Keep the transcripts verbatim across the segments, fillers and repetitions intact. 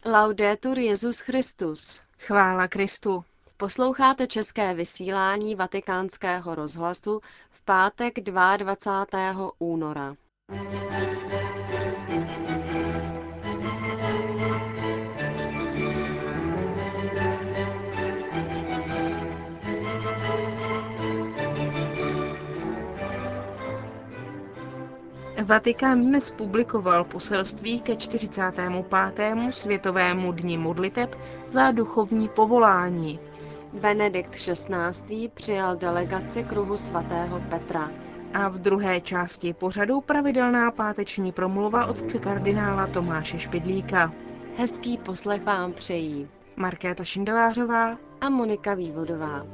Laudetur Jesus Christus. Chvála Kristu. Posloucháte české vysílání Vatikánského rozhlasu v pátek dvacátého druhého února. Vatikán dnes publikoval poselství ke čtyřicátému pátému světovému dni modliteb za duchovní povolání. Benedikt šestnáctý. Přijal delegaci kruhu svatého Petra. A v druhé části pořadu pravidelná páteční promluva otce kardinála Tomáše Špidlíka. Hezký poslech vám přejí Markéta Šindelářová a Monika Vývodová.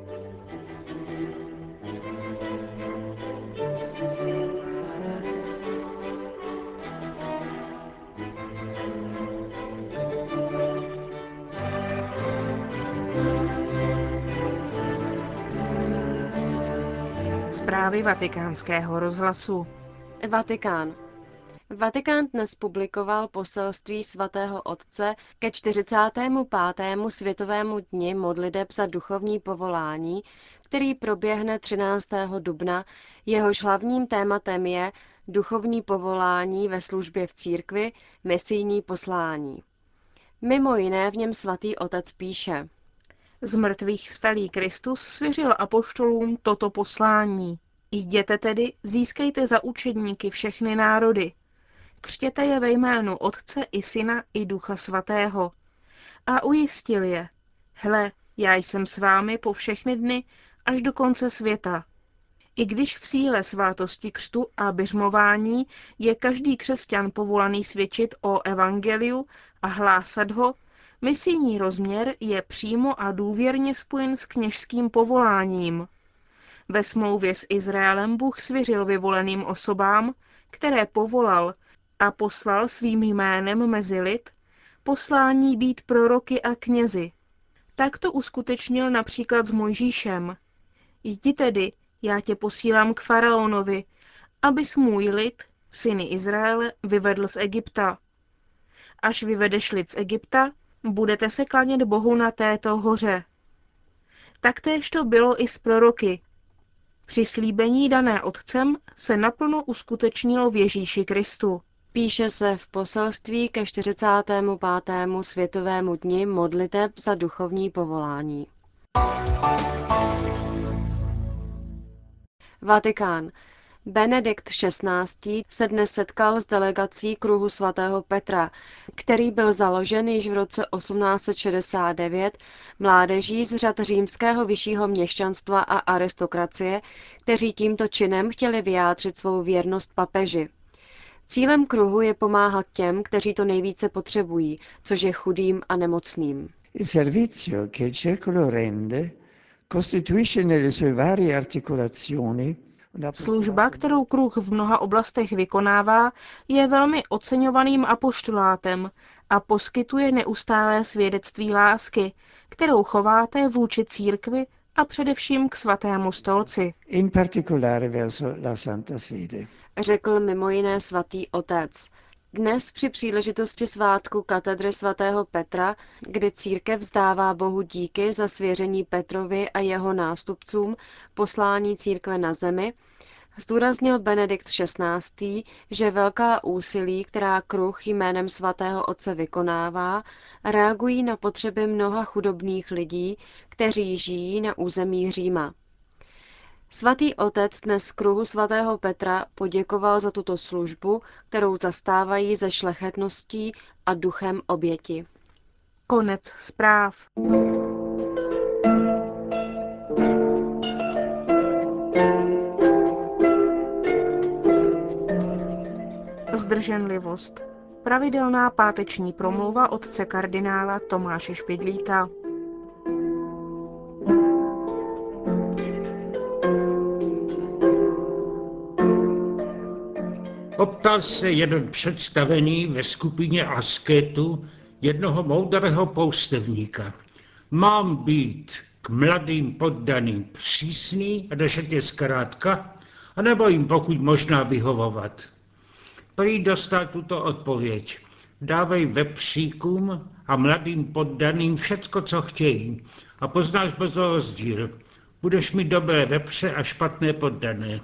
Zprávy Vatikánského rozhlasu. Vatikán. Vatikán dnes publikoval poselství svatého otce ke čtyřicátému pátému světovému dni modliteb za duchovní povolání, který proběhne třináctého dubna. Jehož hlavním tématem je duchovní povolání ve službě v církvi, misijní poslání. Mimo jiné v něm svatý otec píše: Z mrtvých vstalý Kristus svěřil apoštolům toto poslání. Jděte tedy, získejte za učedníky všechny národy. Křtěte je ve jménu Otce i Syna i Ducha Svatého. A ujistil je: Hle, já jsem s vámi po všechny dny až do konce světa. I když v síle svátosti křtu a biřmování je každý křesťan povolaný svědčit o evangeliu a hlásat ho, misijní rozměr je přímo a důvěrně spojen s kněžským povoláním. Ve smlouvě s Izraelem Bůh svěřil vyvoleným osobám, které povolal a poslal svým jménem mezi lid, poslání být proroky a knězi. Tak to uskutečnil například s Mojžíšem. Jdi tedy, já tě posílám k faraonovi, abys můj lid, syny Izraele, vyvedl z Egypta. Až vyvedeš lid z Egypta, budete se klanět Bohu na této hoře. Taktéž to bylo i s proroky. Přislíbení dané Otcem se naplno uskutečnilo v Ježíši Kristu. Píše se v poselství ke čtyřicátému pátému světovému dni modliteb za duchovní povolání. Vatikán. Benedikt šestnáctý. se dnes setkal s delegací kruhu svatého Petra, který byl založen již v roce osmnáct set šedesát devět mládeží z řad římského vyššího měšťanstva a aristokracie, kteří tímto činem chtěli vyjádřit svou věrnost papeži. Cílem kruhu je pomáhat těm, kteří to nejvíce potřebují, což je chudým a nemocným. Il servizio che il circolo rende costituisce nelle sue varie articolazioni. Služba, kterou kruh v mnoha oblastech vykonává, je velmi oceňovaným apoštolátem a poskytuje neustálé svědectví lásky, kterou chováte vůči církvi a především k svatému stolci. In particolare verso la Santa Sede. Řekl mimo jiné svatý otec. Dnes při příležitosti svátku katedry svatého Petra, kdy církev vzdává Bohu díky za svěření Petrovi a jeho nástupcům poslání církve na zemi, zdůraznil Benedikt šestnáctý. že velká úsilí, která kruh jménem svatého otce vykonává, reagují na potřeby mnoha chudobných lidí, kteří žijí na území Říma. Svatý otec dnes kruhu svatého Petra poděkoval za tuto službu, kterou zastávají se šlechetností a duchem oběti. Konec zpráv. Zdrženlivost. Pravidelná páteční promluva otce kardinála Tomáše Špidlíka. Optal se jeden představený ve skupině askétů jednoho moudrého poustevníka. Mám být k mladým poddaným přísný a držet je zkrátka, anebo jim pokud možná vyhovovat? Prý dostal tuto odpověď. Dávej vepříkům a mladým poddaným všecko, co chtějí, a poznáš bez rozdíl. Budeš mít dobré vepře a špatné poddané.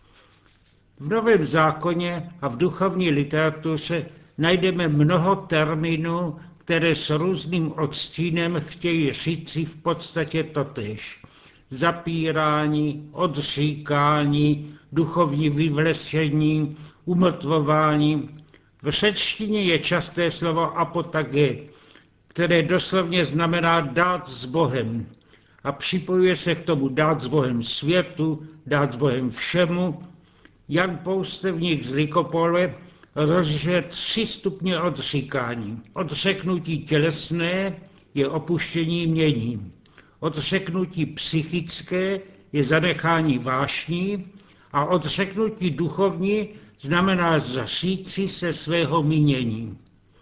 V Novém zákoně a v duchovní literatuře najdeme mnoho termínů, které s různým odstínem chtějí říci v podstatě totéž. Zapírání, odříkání, duchovní vyvlečení, umrtvování. V řečtině je časté slovo apotage, které doslovně znamená dát s Bohem. A připojuje se k tomu dát s Bohem světu, dát s Bohem všemu. Jan Poustevník z Likopole rozlišuje tři stupně odříkání. Odřeknutí tělesné je opuštění mění. Odřeknutí psychické je zanechání vášní a odřeknutí duchovní znamená zříci se svého mínění.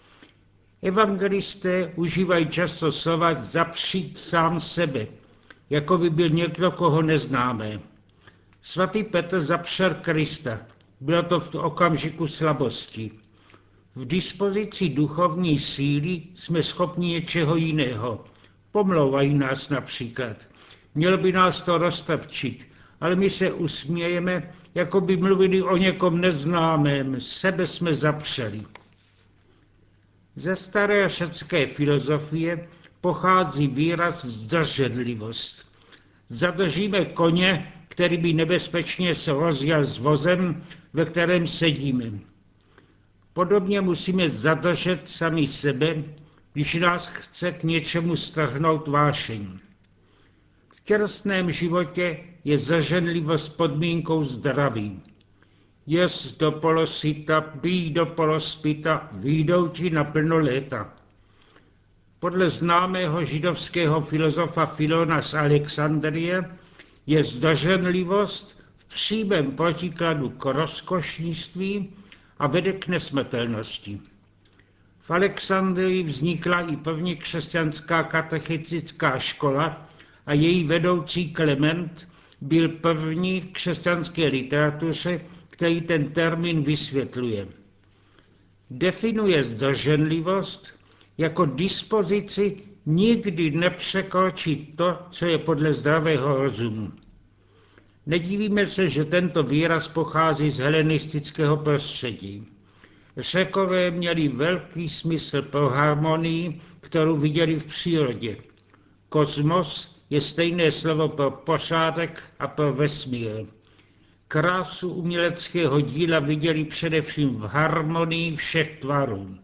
Evangelisté užívají často slova zapřít sám sebe, jako by byl někdo, koho neznáme. Svatý Petr zapřel Krista. Bylo to v okamžiku slabosti. V dispozici duchovní síly jsme schopni něčeho jiného. Pomlouvají nás například. Mělo by nás to roztrpčit, ale my se usmějeme, jako by mluvili o někom neznámém. Sebe jsme zapřeli. Ze staré řecké filozofie pochází výraz zdrženlivost. Zadržíme koně, který by nebezpečně se rozjel s vozem, ve kterém sedíme. Podobně musíme zadržet sami sebe, když nás chce k něčemu strhnout vášeň. V tělesném životě je zdrženlivost podmínkou zdraví. Jest do polosyta, pij do polospita, vyjdou ti na plno léta. Podle známého židovského filozofa Filona z Alexandrie je zdrženlivost v přímém protikladu k rozkošnictví a vede k nesmrtelnosti. V Alexandrii vznikla i první křesťanská katechistická škola a její vedoucí Klement byl první v křesťanské literatuře, který ten termín vysvětluje. Definuje zdrženlivost jako dispozici nikdy nepřekročit to, co je podle zdravého rozumu. Nedivíme se, že tento výraz pochází z helenistického prostředí. Řekové měli velký smysl pro harmonii, kterou viděli v přírodě. Kosmos je stejné slovo pro pořádek a pro vesmír. Krásu uměleckého díla viděli především v harmonii všech tvarů.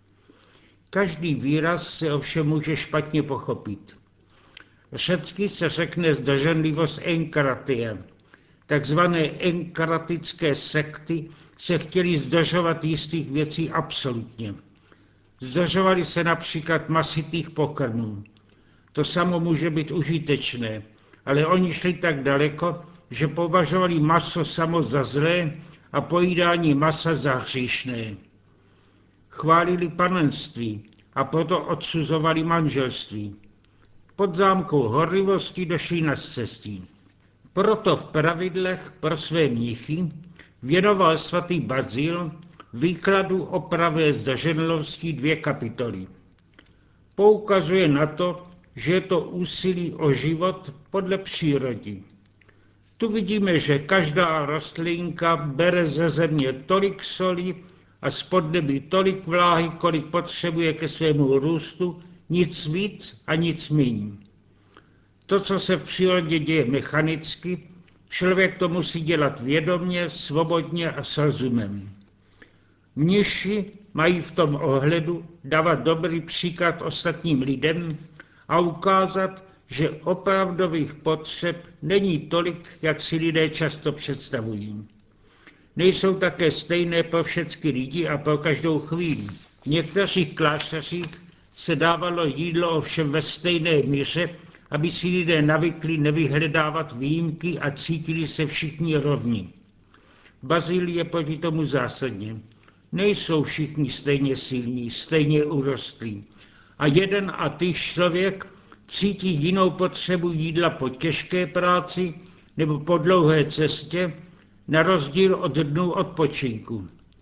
Každý výraz se ovšem může špatně pochopit. Řecky se řekne zdrženlivost enkratie. Takzvané enkratické sekty se chtěly zdržovat jistých věcí absolutně. Zdržovali se například masitých pokrmů. To samo může být užitečné, ale oni šli tak daleko, že považovali maso samo za zlé a pojídání masa za hříšné. Chválili panenství a proto odsuzovali manželství. Pod zámkou horlivosti došli na scestí. Proto v pravidlech pro své mnichy věnoval svatý Bazil výkladu o pravé zdrženlivosti dvě kapitoly. Poukazuje na to, že je to úsilí o život podle přírody. Tu vidíme, že každá rostlinka bere ze země tolik soli a spod nebi tolik vláhy, kolik potřebuje ke svému růstu, nic víc a nic míň. To, co se v přírodě děje mechanicky, člověk to musí dělat vědomě, svobodně a s rozumem. Mniši mají v tom ohledu dávat dobrý příklad ostatním lidem a ukázat, že opravdových potřeb není tolik, jak si lidé často představují. Nejsou také stejné pro všechny lidi a pro každou chvíli. V některých klášterích se dávalo jídlo ovšem ve stejné míře, aby si lidé navykli nevyhledávat výjimky a cítili se všichni rovni. Bazil je proti tomu zásadně. Nejsou všichni stejně silní, stejně urostlí. A jeden a týž člověk cítí jinou potřebu jídla po těžké práci nebo po dlouhé cestě, na rozdíl od dnů odpočinku.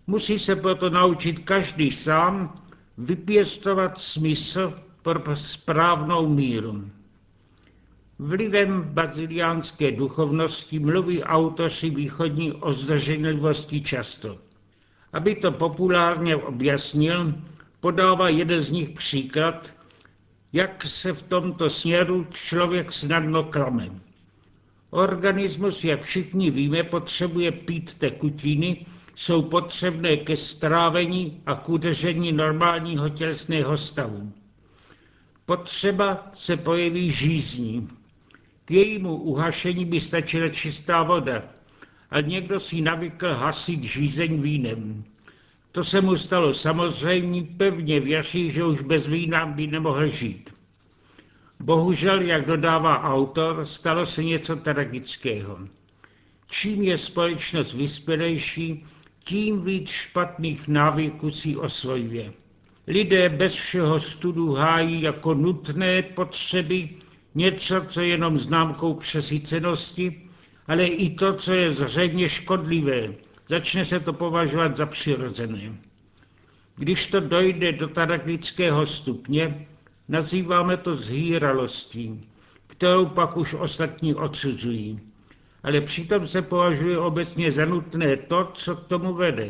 Musí se proto naučit každý sám vypěstovat smysl pro správnou míru. Vlivem baziliánské duchovnosti mluví autoři východní o zdrženlivosti často. Aby to populárně objasnil, podává jeden z nich příklad, jak se v tomto směru člověk snadno klame. Organismus, jak všichni víme, potřebuje pít tekutiny, jsou potřebné ke strávení a k udržení normálního tělesného stavu. Potřeba se projeví žízní. K jejímu uhašení by stačila čistá voda, a někdo si navykl hasit žízeň vínem. To se mu stalo samozřejmě, pevně věří, že už bez vína by nemohl žít. Bohužel, jak dodává autor, stalo se něco tragického. Čím je společnost vyspělejší, tím víc špatných návyků si osvojuje. Lidé bez všeho studu hájí jako nutné potřeby něco, co je jenom známkou přesycenosti, ale i to, co je zřejmě škodlivé. Začne se to považovat za přirozené. Když to dojde do tragického stupně, nazýváme to zhýralostí, kterou pak už ostatní odsuzují. Ale přitom se považuje obecně za nutné to, co k tomu vede.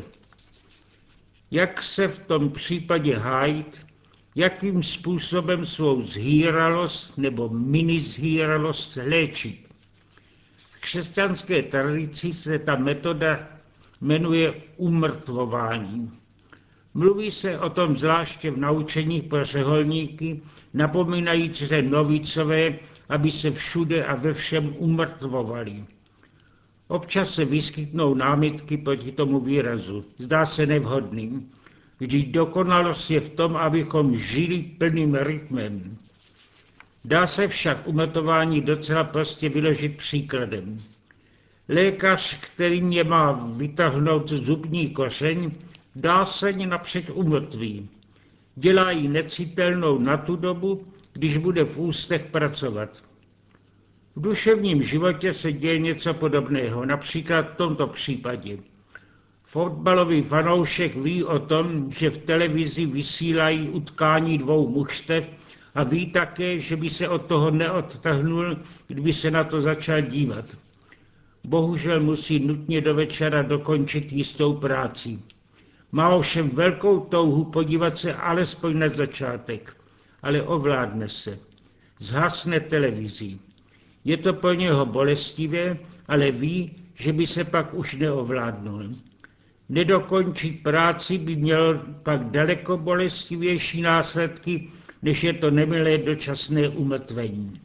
Jak se v tom případě hájit, jakým způsobem svou zhýralost nebo minizhýralost léčit. V křesťanské tradici se ta metoda jmenuje umrtvování. Mluví se o tom zvláště v naučeních pro řeholníky, napomínající se novicové, aby se všude a ve všem umrtvovali. Občas se vyskytnou námitky proti tomu výrazu. Zdá se nevhodným, vždyť dokonalost je v tom, abychom žili plným rytmem. Dá se však umrtvování docela prostě vyložit příkladem. Lékař, který mě má vytrhnout zubní kořeň, dá se ní napřed umrtví. Dělá ji necitelnou na tu dobu, když bude v ústech pracovat. V duševním životě se děje něco podobného, například v tomto případě. Fotbalový fanoušek ví o tom, že v televizi vysílají utkání dvou mužstev a ví také, že by se od toho neodtrhnul, kdyby se na to začal dívat. Bohužel musí nutně do večera dokončit jistou práci. Má ovšem velkou touhu podívat se alespoň na začátek, ale ovládne se. Zhasne televizí. Je to pro něho bolestivé, ale ví, že by se pak už neovládnul. Nedokončit práci by mělo pak daleko bolestivější následky, než je to nemilé dočasné umrtvení.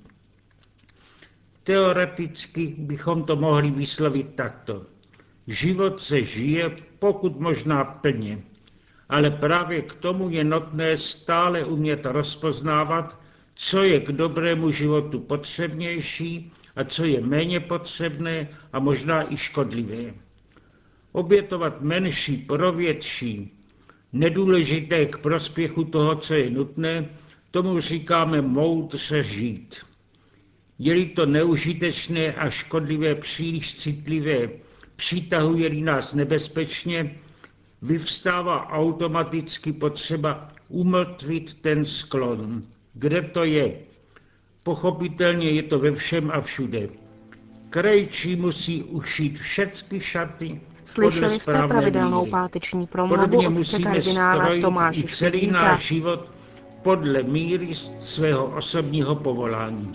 Teoreticky bychom to mohli vyslovit takto. Život se žije pokud možná plně, ale právě k tomu je nutné stále umět rozpoznávat, co je k dobrému životu potřebnější a co je méně potřebné a možná i škodlivé. Obětovat menší pro větší, nedůležité k prospěchu toho, co je nutné, tomu říkáme moudře žít. Je-li to neužitečné a škodlivé příliš citlivé, přitahuje-li nás nebezpečně, vyvstává automaticky potřeba umrtvit ten sklon. Kde to je? Pochopitelně je to ve všem a všude. Krejčí musí ušít všechny šaty podle Slyšeli jste správné pravidelnou míry. páteční promluvu Podobně otce musíme kardinála strojit Tomáše i celý Špidlíka. náš život podle míry svého osobního povolání.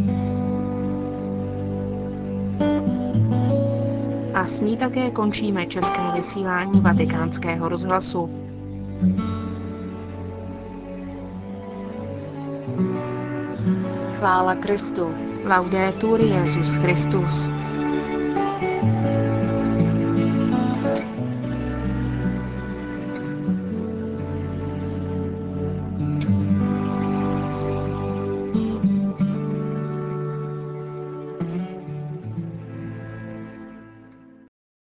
A s ní také končíme české vysílání Vatikánského rozhlasu. Chvála Kristu. Laudetur Jesus Christus.